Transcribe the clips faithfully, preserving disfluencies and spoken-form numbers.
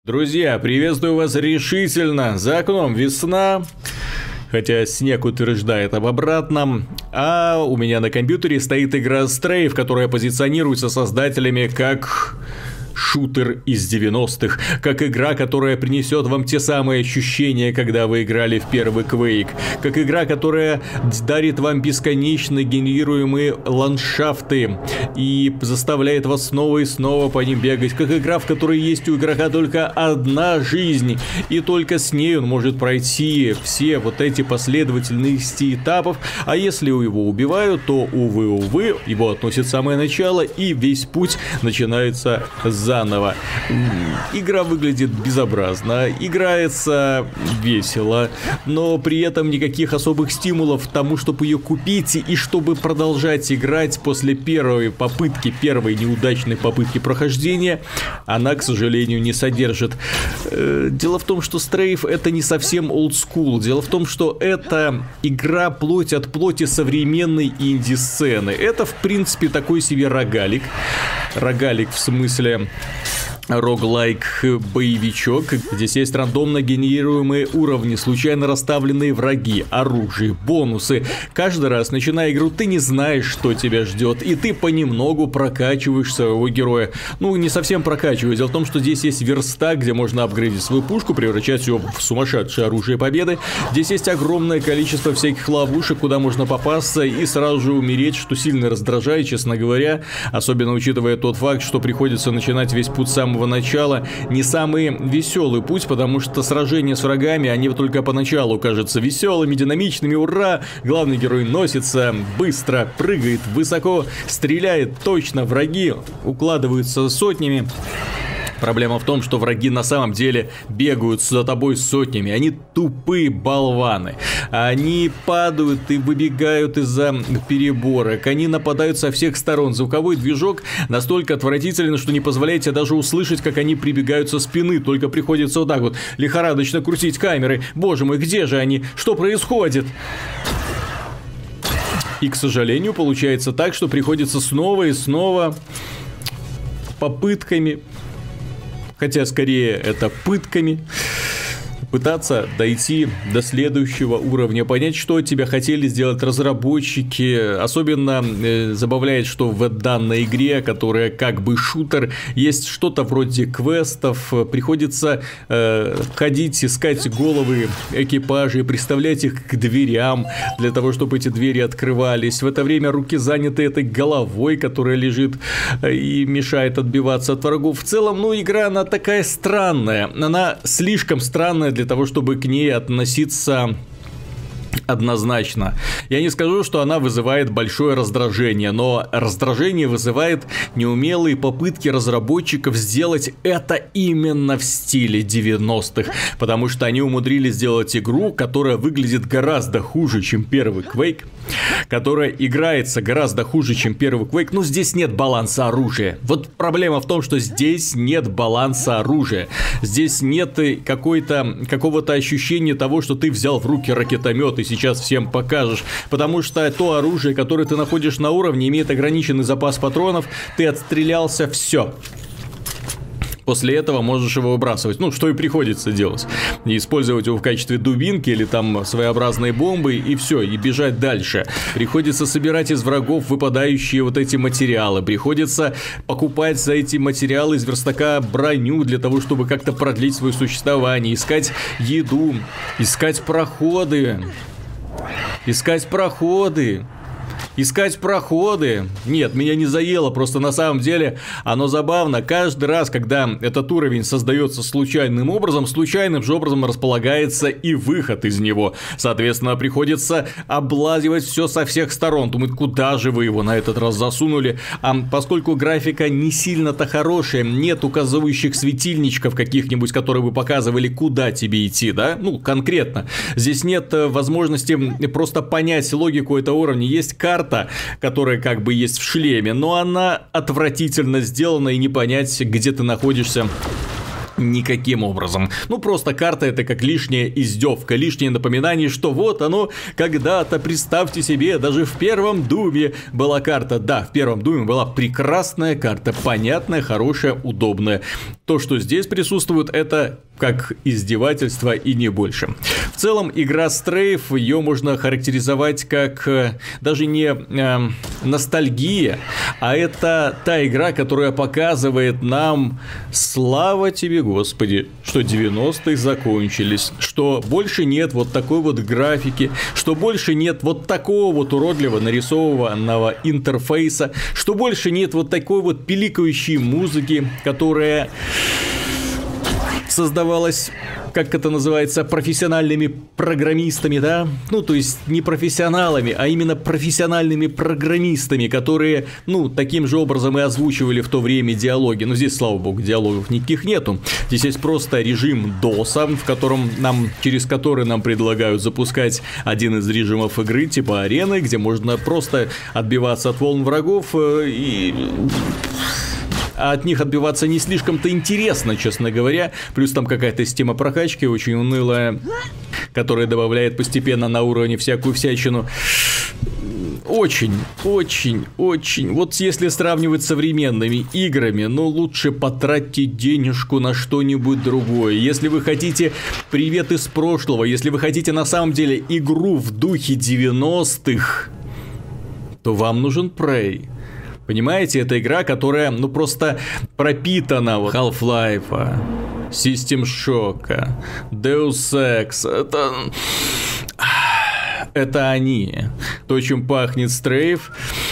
Друзья, приветствую вас решительно. За окном весна, хотя снег утверждает об обратном. А у меня на компьютере стоит игра Strafe, которая позиционируется создателями как шутер из девяностых, как игра, которая принесет вам те самые ощущения, когда вы играли в первый Quake, как игра, которая дарит вам бесконечно генерируемые ландшафты и заставляет вас снова и снова по ним бегать, как игра, в которой есть у игрока только одна жизнь, и только с ней он может пройти все вот эти последовательности этапов, а если его убивают, то, увы, увы, его относят в самое начало, и весь путь начинается с заново. Игра выглядит безобразно, играется весело, но при этом никаких особых стимулов к тому, чтобы ее купить и чтобы продолжать играть после первой попытки, первой неудачной попытки прохождения, она, к сожалению, не содержит. Дело в том, что Strafe это не совсем old school. Дело в том, что это игра плоть от плоти современной инди-сцены. Это, в принципе, такой себе рогалик. Рогалик в смысле роглайк боевичок. Здесь есть рандомно генерируемые уровни, случайно расставленные враги, оружие, бонусы. Каждый раз, начиная игру, ты не знаешь, что тебя ждет, и ты понемногу прокачиваешь своего героя. Ну, не совсем прокачиваешь. Дело в том, что здесь есть верстак, где можно апгрейдить свою пушку, превращать ее в сумасшедшее оружие победы. Здесь есть огромное количество всяких ловушек, куда можно попасться и сразу же умереть, что сильно раздражает, честно говоря. Особенно учитывая тот факт, что приходится начинать весь путь с самого начала. Не самый веселый путь, потому что сражения с врагами, они только поначалу кажутся веселыми, динамичными, ура! Главный герой носится быстро, прыгает высоко, стреляет точно, враги укладываются сотнями. Проблема в том, что враги на самом деле бегают за тобой сотнями. Они тупые болваны. Они падают и выбегают из-за переборок. Они нападают со всех сторон. Звуковой движок настолько отвратителен, что не позволяет тебе даже услышать, как они прибегают со спины. Только приходится вот так вот лихорадочно крутить камеры. Боже мой, где же они? Что происходит? И, к сожалению, получается так, что приходится снова и снова попытками, хотя скорее это пытками, пытаться дойти до следующего уровня, понять, что от тебя хотели сделать разработчики. Особенно э, забавляет, что в данной игре, которая как бы шутер, есть что-то вроде квестов. Приходится э, ходить, искать головы экипажей, приставлять их к дверям, для того, чтобы эти двери открывались. В это время руки заняты этой головой, которая лежит э, и мешает отбиваться от врагов. В целом, ну, игра, она такая странная. Она слишком странная для для того, чтобы к ней относиться однозначно. Я не скажу, что она вызывает большое раздражение, но раздражение вызывает неумелые попытки разработчиков сделать это именно в стиле девяностых, потому что они умудрились сделать игру, которая выглядит гораздо хуже, чем первый Quake, которая играется гораздо хуже, чем первый Quake, но здесь нет баланса оружия. Вот проблема в том, что здесь нет баланса оружия. Здесь нет какой-то, какого-то ощущения того, что ты взял в руки ракетомет и сейчас всем покажешь, потому что то оружие, которое ты находишь на уровне, имеет ограниченный запас патронов, ты отстрелялся, все. После этого можешь его выбрасывать. Ну, что и приходится делать. И использовать его в качестве дубинки или там своеобразной бомбы, и все, и бежать дальше. Приходится собирать из врагов выпадающие вот эти материалы. Приходится покупать за эти материалы из верстака броню для того, чтобы как-то продлить свое существование. Искать еду, искать проходы. Искать проходы. Искать проходы. Нет, меня не заело, просто на самом деле оно забавно. Каждый раз, когда этот уровень создается случайным образом, случайным же образом располагается и выход из него. Соответственно, приходится облазивать все со всех сторон. Думать, куда же вы его на этот раз засунули. А поскольку графика не сильно-то хорошая, нет указывающих светильничков каких-нибудь, которые бы показывали, куда тебе идти, да? Ну, конкретно. Здесь нет возможности просто понять логику этого уровня. Есть карта, которая как бы есть в шлеме, но она отвратительно сделана, и не понять, где ты находишься, никаким образом. Ну, просто карта — это как лишняя издевка, лишнее напоминание, что вот оно когда-то, представьте себе, даже в первом Думе была карта. Да, в первом Думе была прекрасная карта, понятная, хорошая, удобная. То, что здесь присутствует, это как издевательство и не больше. В целом, игра Strafe, ее можно характеризовать как э, даже не э, ностальгия, а это та игра, которая показывает нам, слава тебе, Господи, что девяностые закончились, что больше нет вот такой вот графики, что больше нет вот такого вот уродливо нарисованного интерфейса, что больше нет вот такой вот пиликающей музыки, которая создавалась, как это называется, профессиональными программистами, да? Ну, то есть не профессионалами, а именно профессиональными программистами, которые, ну, таким же образом и озвучивали в то время диалоги. Но здесь, слава богу, диалогов никаких нету. Здесь есть просто режим доса, в котором нам, через который нам предлагают запускать один из режимов игры, типа арены, где можно просто отбиваться от волн врагов и... А от них отбиваться не слишком-то интересно, честно говоря. Плюс там какая-то система прокачки очень унылая, которая добавляет постепенно на уровне всякую всячину. Очень, очень, очень. Вот если сравнивать с современными играми, ну лучше потратьте денежку на что-нибудь другое. Если вы хотите привет из прошлого, если вы хотите на самом деле игру в духе девяностых, то вам нужен Prey. Понимаете, это игра, которая, ну, просто пропитана вот Half-Life, System Shock, Deus Ex. Это... это они. То, чем пахнет Strafe.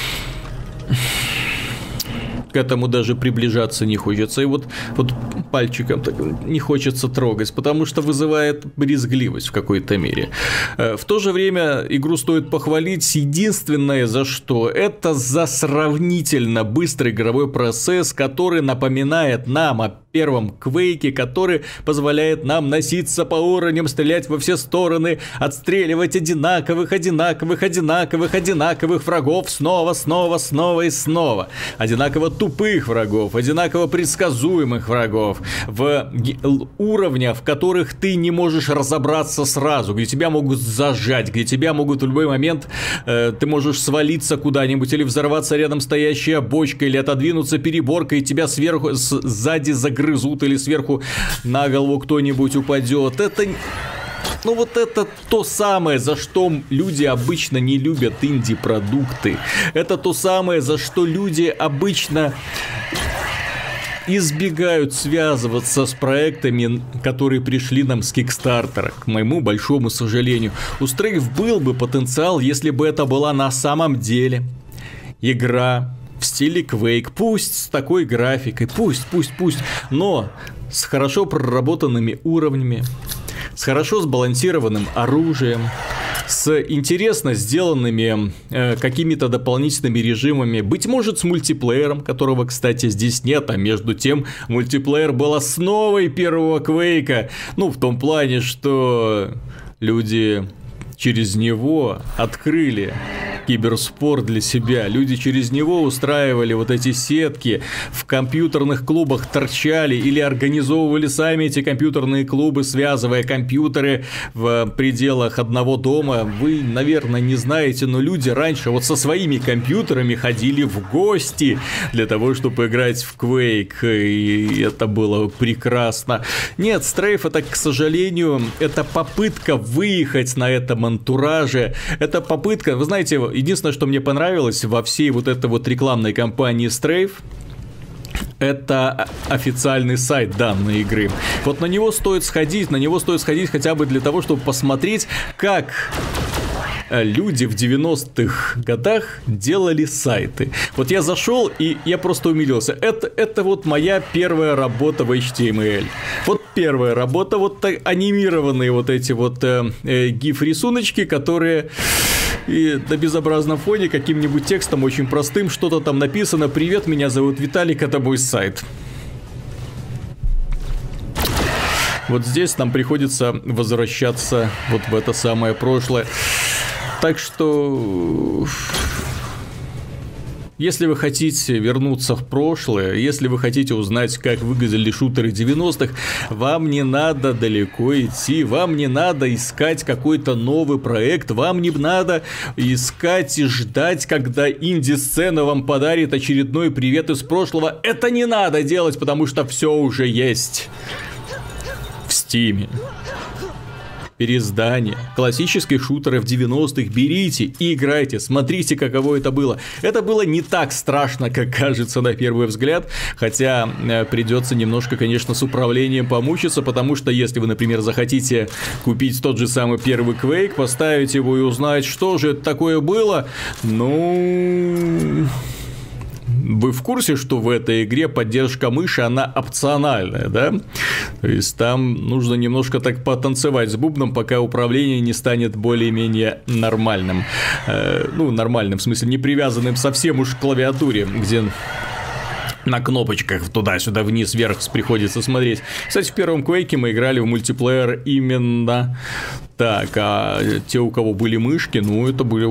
К этому даже приближаться не хочется. И вот, вот пальчиком так не хочется трогать, потому что вызывает брезгливость в какой-то мере. В то же время игру стоит похвалить. Единственное за что, это за сравнительно быстрый игровой процесс, который напоминает нам о первом Квейке, который позволяет нам носиться по уровням, стрелять во все стороны, отстреливать одинаковых, одинаковых, одинаковых, одинаковых врагов снова, снова, снова и снова. Одинаково тупых врагов, одинаково предсказуемых врагов, в уровнях, в которых ты не можешь разобраться сразу, где тебя могут зажать, где тебя могут в любой момент, э, ты можешь свалиться куда-нибудь, или взорваться рядом стоящая бочка, или отодвинуться переборкой, и тебя сверху, с, сзади загрызут, или сверху на голову кто-нибудь упадет. Это... Ну вот это то самое, за что люди обычно не любят инди-продукты. Это то самое, за что люди обычно избегают связываться с проектами, которые пришли нам с Кикстартера, к моему большому сожалению. У Strafe был бы потенциал, если бы это была на самом деле игра в стиле Quake, пусть с такой графикой, пусть, пусть, пусть, но с хорошо проработанными уровнями, с хорошо сбалансированным оружием, с интересно сделанными э, какими-то дополнительными режимами, быть может с мультиплеером, которого, кстати, здесь нет, а между тем мультиплеер был основой первого Квейка, ну, в том плане, что люди через него открыли киберспорт для себя. Люди через него устраивали вот эти сетки, в компьютерных клубах торчали или организовывали сами эти компьютерные клубы, связывая компьютеры в пределах одного дома. Вы, наверное, не знаете, но люди раньше вот со своими компьютерами ходили в гости для того, чтобы играть в Quake, и это было прекрасно. Нет, Strafe — это, к сожалению, это попытка выехать на этом антураже, это попытка, вы знаете, единственное, что мне понравилось во всей вот этой вот рекламной кампании Strafe, это официальный сайт данной игры. Вот на него стоит сходить, на него стоит сходить хотя бы для того, чтобы посмотреть, как люди в девяностых годах делали сайты. Вот я зашел, и я просто умилился. Это, это вот моя первая работа в эйч ти эм эль. Вот первая работа, вот так, анимированные вот эти вот э, э, гиф-рисуночки, которые... И на безобразном фоне каким-нибудь текстом очень простым что-то там написано: «Привет, меня зовут Виталик, это мой сайт». Вот здесь нам приходится возвращаться вот в это самое прошлое. Так что... Если вы хотите вернуться в прошлое, если вы хотите узнать, как выглядели шутеры девяностых, вам не надо далеко идти, вам не надо искать какой-то новый проект, вам не надо искать и ждать, когда инди-сцена вам подарит очередной привет из прошлого. Это не надо делать, потому что все уже есть в Стиме. Переиздание классических шутеров девяностых берите и играйте, смотрите, каково это было. Это было не так страшно, как кажется на первый взгляд, хотя э, придется немножко, конечно, с управлением помучиться, потому что если вы, например, захотите купить тот же самый первый Quake, поставить его и узнать, что же это такое было, ну... Вы в курсе, что в этой игре поддержка мыши, она опциональная, да? То есть там нужно немножко так потанцевать с бубном, пока управление не станет более-менее нормальным. Э, ну, нормальным, в смысле, не привязанным совсем уж к клавиатуре, где... на кнопочках туда-сюда, вниз, вверх приходится смотреть. Кстати, в первом Quake мы играли в мультиплеер именно так, а те, у кого были мышки, ну, это были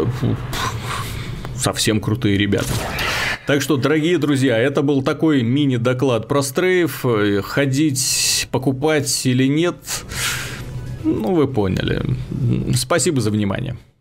совсем крутые ребята. Так что, дорогие друзья, это был такой мини-доклад про Стрейф. Ходить, покупать или нет, ну, вы поняли. Спасибо за внимание.